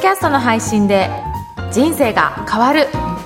ャストの配信で人生が変わる。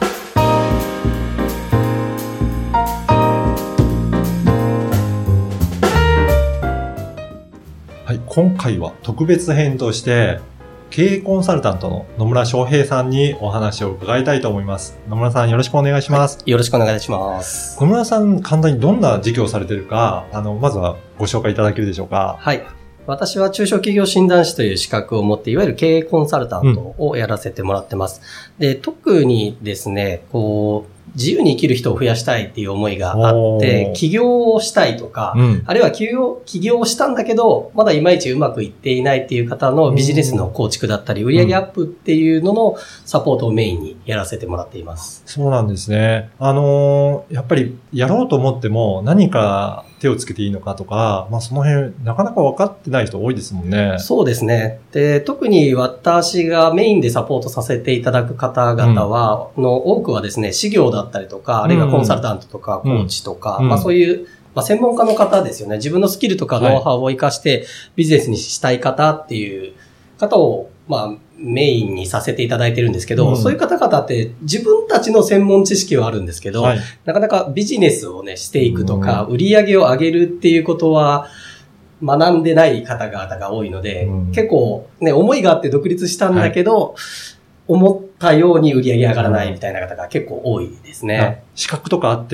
はい、今回は特別編として経営コンサルタントの野村翔平さんにお話を伺いたいと思います。野村さん、よろしくお願いします。 はい、よろしくお願いします。 野村さん、簡単にどんな事業をされているか、まずはご紹介いただけるでしょうか。 はい。私は中小企業診断士という資格を持って、いわゆる経営コンサルタントをやらせてもらってます。で、特にですね、自由に生きる人を増やしたいっていう思いがあって、起業をしたいとか、あるいは起業をしたんだけど、まだいまいちうまくいっていないっていう方のビジネスの構築だったり、売上アップっていうののサポートをメインにやらせてもらっています。 そうなんですね。やっぱりやろうと思っても何か手をつけていいのかとか、その辺なかなか分かってない人多いですもんね。 そうですね。で、特に私がメインでサポートさせていただく方々は、多くはですね、事業だったりとか、あるいはコンサルタントとか、コーチとか、そういう、専門家の方ですよね。自分のスキルとかノウハウを活かしてビジネスにしたい方っていう方を、メインにさせていただいてるんですけど、そういう方々って自分たちの専門知識はあるんですけど、なかなかビジネスをね、していくとか、売り上げを上げるっていうことは、学んでない方々が多いので、結構ね、思いがあって独立したんだけど、思ったように売り上げ上がらないみたいな方が結構多いですね。 資格とかあって、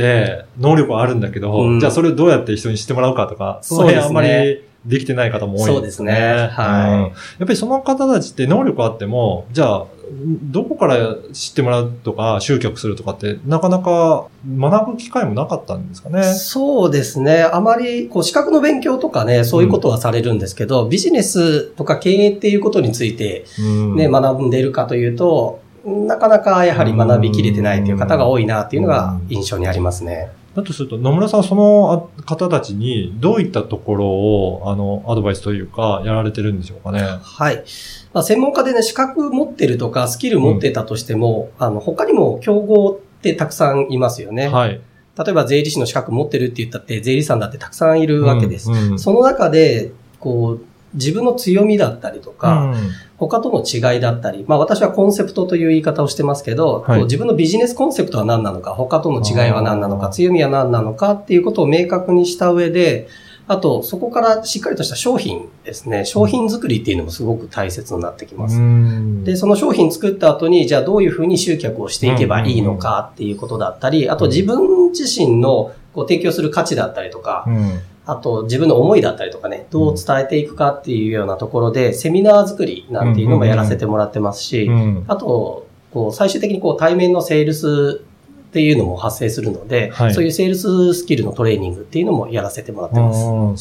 能力はあるんだけど、じゃあそれをどうやって人に知ってもらうかとか、その辺あんまりできてない方も多いですね。 そうですね。はい。 やっぱりその方たちって能力あっても、じゃあ、どこから知ってもらうとか、集客するとかって、なかなか学ぶ機会もなかったんですかね。 そうですね。あまり、資格の勉強とかね、そういうことはされるんですけど、ビジネスとか経営っていうことについて、ね、学んでいるかというと、なかなかやはり学びきれてないという方が多いなっていうのが印象にありますね。 だとすると、野村さんはその方たちにどういったところを、アドバイスというか、やられてるんでしょうかね。 はい。専門家でね、資格持ってるとか、スキル持ってたとしても、他にも競合ってたくさんいますよね。 はい。 例えば税理士の資格持ってるって言ったって、税理士さんだってたくさんいるわけです。その中で、自分の強みだったりとか、他との違いだったり、私はコンセプトという言い方をしてますけど、自分のビジネスコンセプトは何なのか、他との違いは何なのか、強みは何なのかっていうことを明確にした上で、あと、そこからしっかりとした商品ですね。商品作りっていうのもすごく大切になってきます。で、その商品作った後に、じゃあどういうふうに集客をしていけばいいのかっていうことだったり、あと自分自身の提供する価値だったりとか、あと自分の思いだったりとかね、どう伝えていくかっていうようなところで、セミナー作りなんていうのもやらせてもらってますし、あと、最終的に対面のセールスっていうのも発生するので、そういうセールススキルのトレーニングっていうのもやらせてもらってます。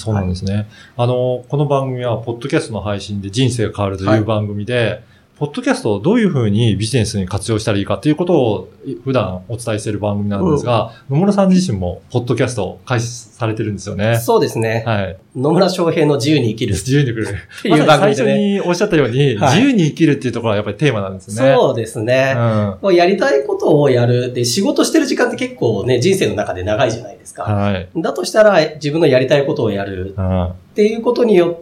そうなんですね。この番組は、ポッドキャストの配信で人生が変わるという番組で、ポッドキャストをどういうふうにビジネスに活用したらいいかということを普段お伝えしている番組なんですが、野村さん自身もポッドキャストを開始されてるんですよね。 そうですね。 はい。 野村翔平の自由に生きる。 自由に生きる。 っていう番組でね。 最初におっしゃったように、自由に生きるっていうところはやっぱりテーマなんですね。 そうですね。もうやりたいことをやる。で、仕事してる時間って結構ね、人生の中で長いじゃないですか。 はい。 だとしたら、自分のやりたいことをやる。っていうことによって、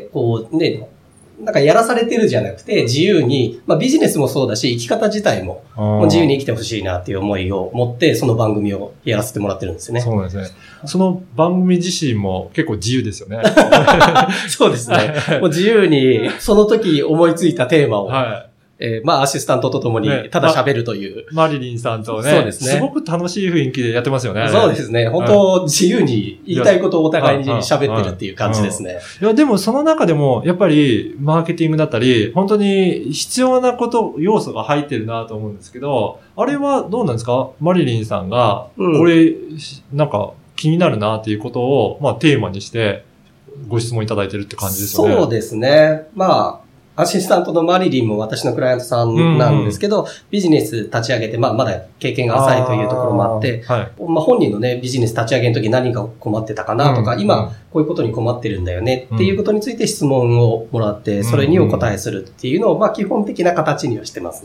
なんかやらされてるじゃなくて、自由に、ビジネスもそうだし、生き方自体も自由に生きてほしいなっていう思いを持って、その番組をやらせてもらってるんですよね。 そうなんですね。その番組自身も結構自由ですよね。 そうですね。もう自由に、その時思いついたテーマを、アシスタントと共にただ喋るという、 マリリンさんとね。 そうですね。 すごく楽しい雰囲気でやってますよね。 そうですね。本当、自由に言いたいことをお互いに喋ってるっていう感じですね。 いや、でもその中でも、やっぱり、マーケティングだったり、本当に必要な要素が入ってるなと思うんですけど、あれはどうなんですか？マリリンさんが、これ、なんか気になるなっていうことを、テーマにして、ご質問いただいてるって感じですよね。 そうですね。アシスタントのマリリンも私のクライアントさんなんですけど、ビジネス立ち上げて、まだ経験が浅いというところもあって、本人のね、ビジネス立ち上げの時何が困ってたかなとか、今こういうことに困ってるんだよねっていうことについて質問をもらって、それにお答えするっていうのを、基本的な形にはしてますね。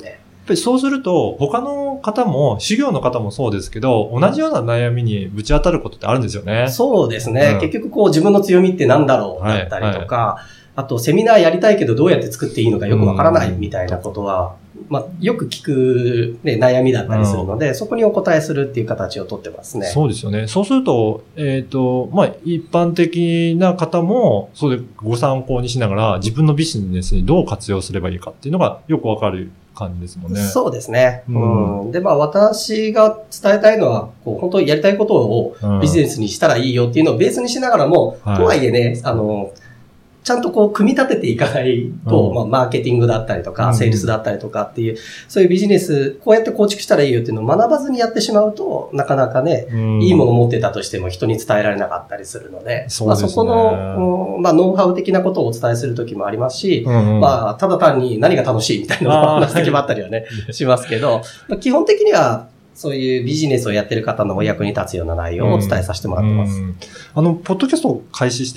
ぱりそうすると、他の方も、修行の方もそうですけど、同じような悩みにぶち当たることってあるんですよね。 そうですね。結局自分の強みって何だろうだったりとか、あとセミナーやりたいけどどうやって作っていいのかよくわからないみたいなことは、よく聞く、ね、悩みだったりするので、そこにお答えするっていう形をとってますね。 そうですよね。そうすると、一般的な方も、それご参考にしながら、自分のビジネスにどう活用すればいいかっていうのがよくわかる感じですもんね。 そうですね。で、私が伝えたいのは、本当にやりたいことをビジネスにしたらいいよっていうのをベースにしながらも、とはいえね、ちゃんと組み立てていかないと、マーケティングだったりとか、セールスだったりとかっていう、そういうビジネス、こうやって構築したらいいよっていうのを学ばずにやってしまうと、なかなかね、いいものを持ってたとしても人に伝えられなかったりするので、そこの、ノウハウ的なことをお伝えするときもありますし、ただ単に何が楽しいみたいなのを話すときもあったりはね、しますけど、基本的には、そういうビジネスをやってる方のお役に立つような内容をお伝えさせてもらってます。 ポッドキャストを開始して、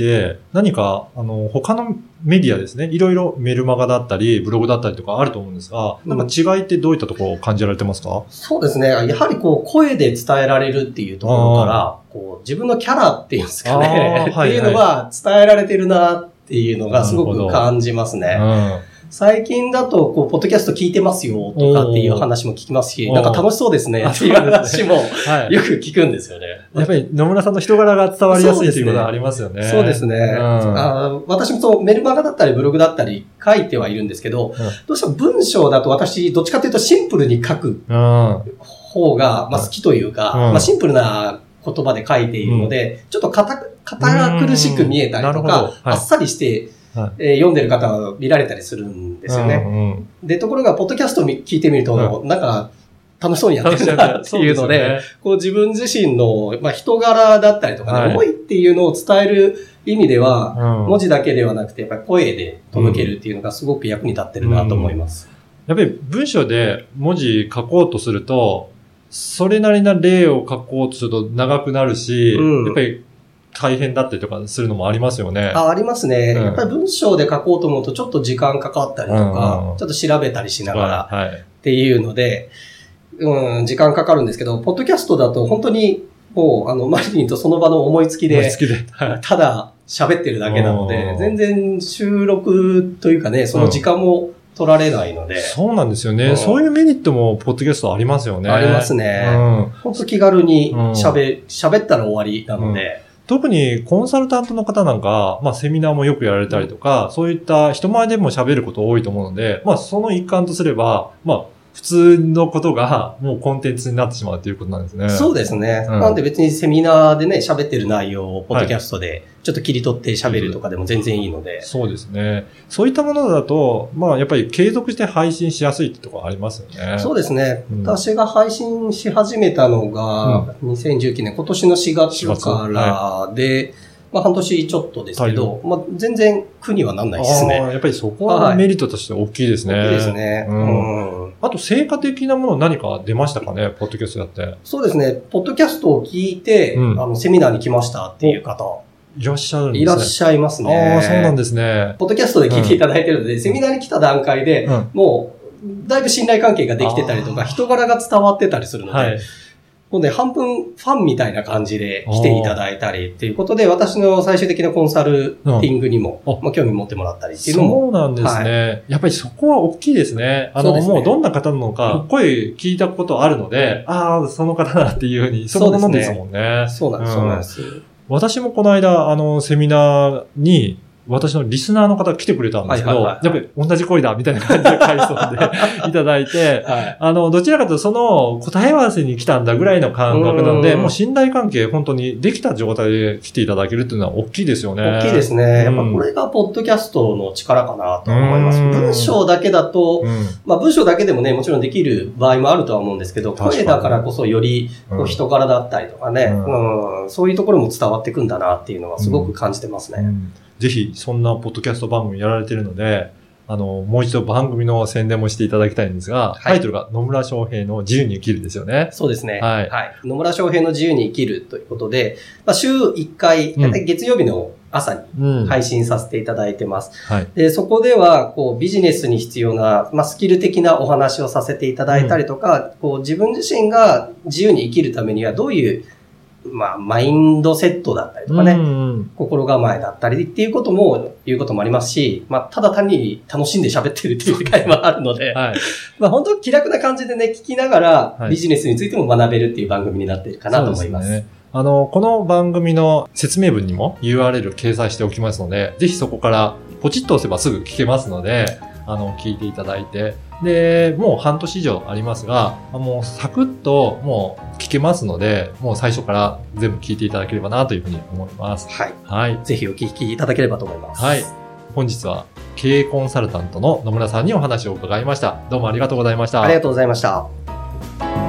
何か、他のメディアですね、いろいろメルマガだったり、ブログだったりとかあると思うんですが、なんか違いってどういったところを感じられてますか？ そうですね。やはり声で伝えられるっていうところから、自分のキャラっていうんですかね、っていうのが伝えられてるなっていうのがすごく感じますね。最近だと、ポッドキャスト聞いてますよとかっていう話も聞きますし、なんか楽しそうですねっていう話もよく聞くんですよね。 やっぱり野村さんの人柄が伝わりやすいっていうことはありますよね。 そうですね。私もメルマガだったりブログだったり書いてはいるんですけど、どうしても文章だと私、どっちかというとシンプルに書く方が好きというか、シンプルな言葉で書いているので、ちょっと堅苦しく見えたりとか、あっさりして、読んでる方は見られたりするんですよね。で、ところが、ポッドキャストを聞いてみると、なんか、楽しそうにやってるなっていうので、自分自身の、人柄だったりとかね、思いっていうのを伝える意味では、文字だけではなくて、やっぱり声で届けるっていうのがすごく役に立ってるなと思います。 やっぱり文章で文字書こうとすると、それなりな例を書こうとすると長くなるし、やっぱり大変だったりとかするのもありますよね。 ありますね。やっぱり文章で書こうと思うとちょっと時間かかったりとか、ちょっと調べたりしながらっていうので、時間かかるんですけど、ポッドキャストだと本当にもうマリリンとその場の思いつきで、ただ喋ってるだけなので、全然収録というかね、その時間も取られないので。 そうなんですよね。そういうメリットもポッドキャストありますよね。 ありますね。本当気軽に喋ったら終わりなので。 特にコンサルタントの方なんか、セミナーもよくやられたりとか、そういった人前でも喋ること多いと思うので、その一環とすれば、普通のことがもうコンテンツになってしまうということなんですね。 そうですね。なんで別にセミナーでね、喋ってる内容をポッドキャストでちょっと切り取って喋るとかでも全然いいので。 そうですね。そういったものだと、やっぱり継続して配信しやすいってところありますよね。 そうですね。私が配信し始めたのが、2019年、今年の4月からで、半年ちょっとですけど、全然苦にはなんないですね。 やっぱりそこはメリットとして大きいですね。 大きいですね。 あと、成果的なもの何か出ましたかね、ポッドキャストやって。 そうですね。ポッドキャストを聞いて、セミナーに来ましたっていう方。 いらっしゃるんですね。 いらっしゃいますね。 そうなんですね。 ポッドキャストで聞いていただいてるので、セミナーに来た段階で、もう、だいぶ信頼関係ができてたりとか、人柄が伝わってたりするので、もうね、半分ファンみたいな感じで来ていただいたりっていうことで、私の最終的なコンサルティングにも、興味持ってもらったりっていうのも。 そうなんですね。やっぱりそこは大きいですね。もうどんな方なのか、声聞いたことあるので、その方だっていうふうに、そのものですもんね。 そうなんです、そうなんです。 私もこの間、セミナーに、私のリスナーの方来てくれたんですけど、やっぱり同じ声だみたいな感じで回想でいただいて、どちらかというとその答え合わせに来たんだぐらいの感覚なので、もう信頼関係本当にできた状態で来ていただけるっていうのは大きいですよね。 大きいですね。やっぱこれがポッドキャストの力かなと思います。文章だけだと、文章だけでもね、もちろんできる場合もあるとは思うんですけど、声だからこそより人柄だったりとかね、そういうところも伝わってくんだなっていうのはすごく感じてますね。 ぜひ、そんなポッドキャスト番組やられているので、もう一度番組の宣伝もしていただきたいんですが、タイトルが野村翔平の自由に生きるですよね。 そうですね。野村翔平の自由に生きるということで、週1回、月曜日の朝に配信させていただいてます。 はい。 で、そこでは、ビジネスに必要な、スキル的なお話をさせていただいたりとか、自分自身が自由に生きるためにはどういう、マインドセットだったりとかね、心構えだったりっていうことも言うこともありますし、ただ単に楽しんで喋ってるっていう世界もあるので、はい、本当に気楽な感じでね、聞きながら、ビジネスについても学べるっていう番組になっているかなと思います。 そうですね。この番組の説明文にも URL 掲載しておきますので、ぜひそこからポチッと押せばすぐ聞けますので、聞いていただいて、で、もう半年以上ありますが、もうサクッともう聞けますので、もう最初から全部聞いていただければなというふうに思います。 はい。 はい。 ぜひお聞きいただければと思います。 はい。本日は経営コンサルタントの野村さんにお話を伺いました。どうもありがとうございました。 ありがとうございました。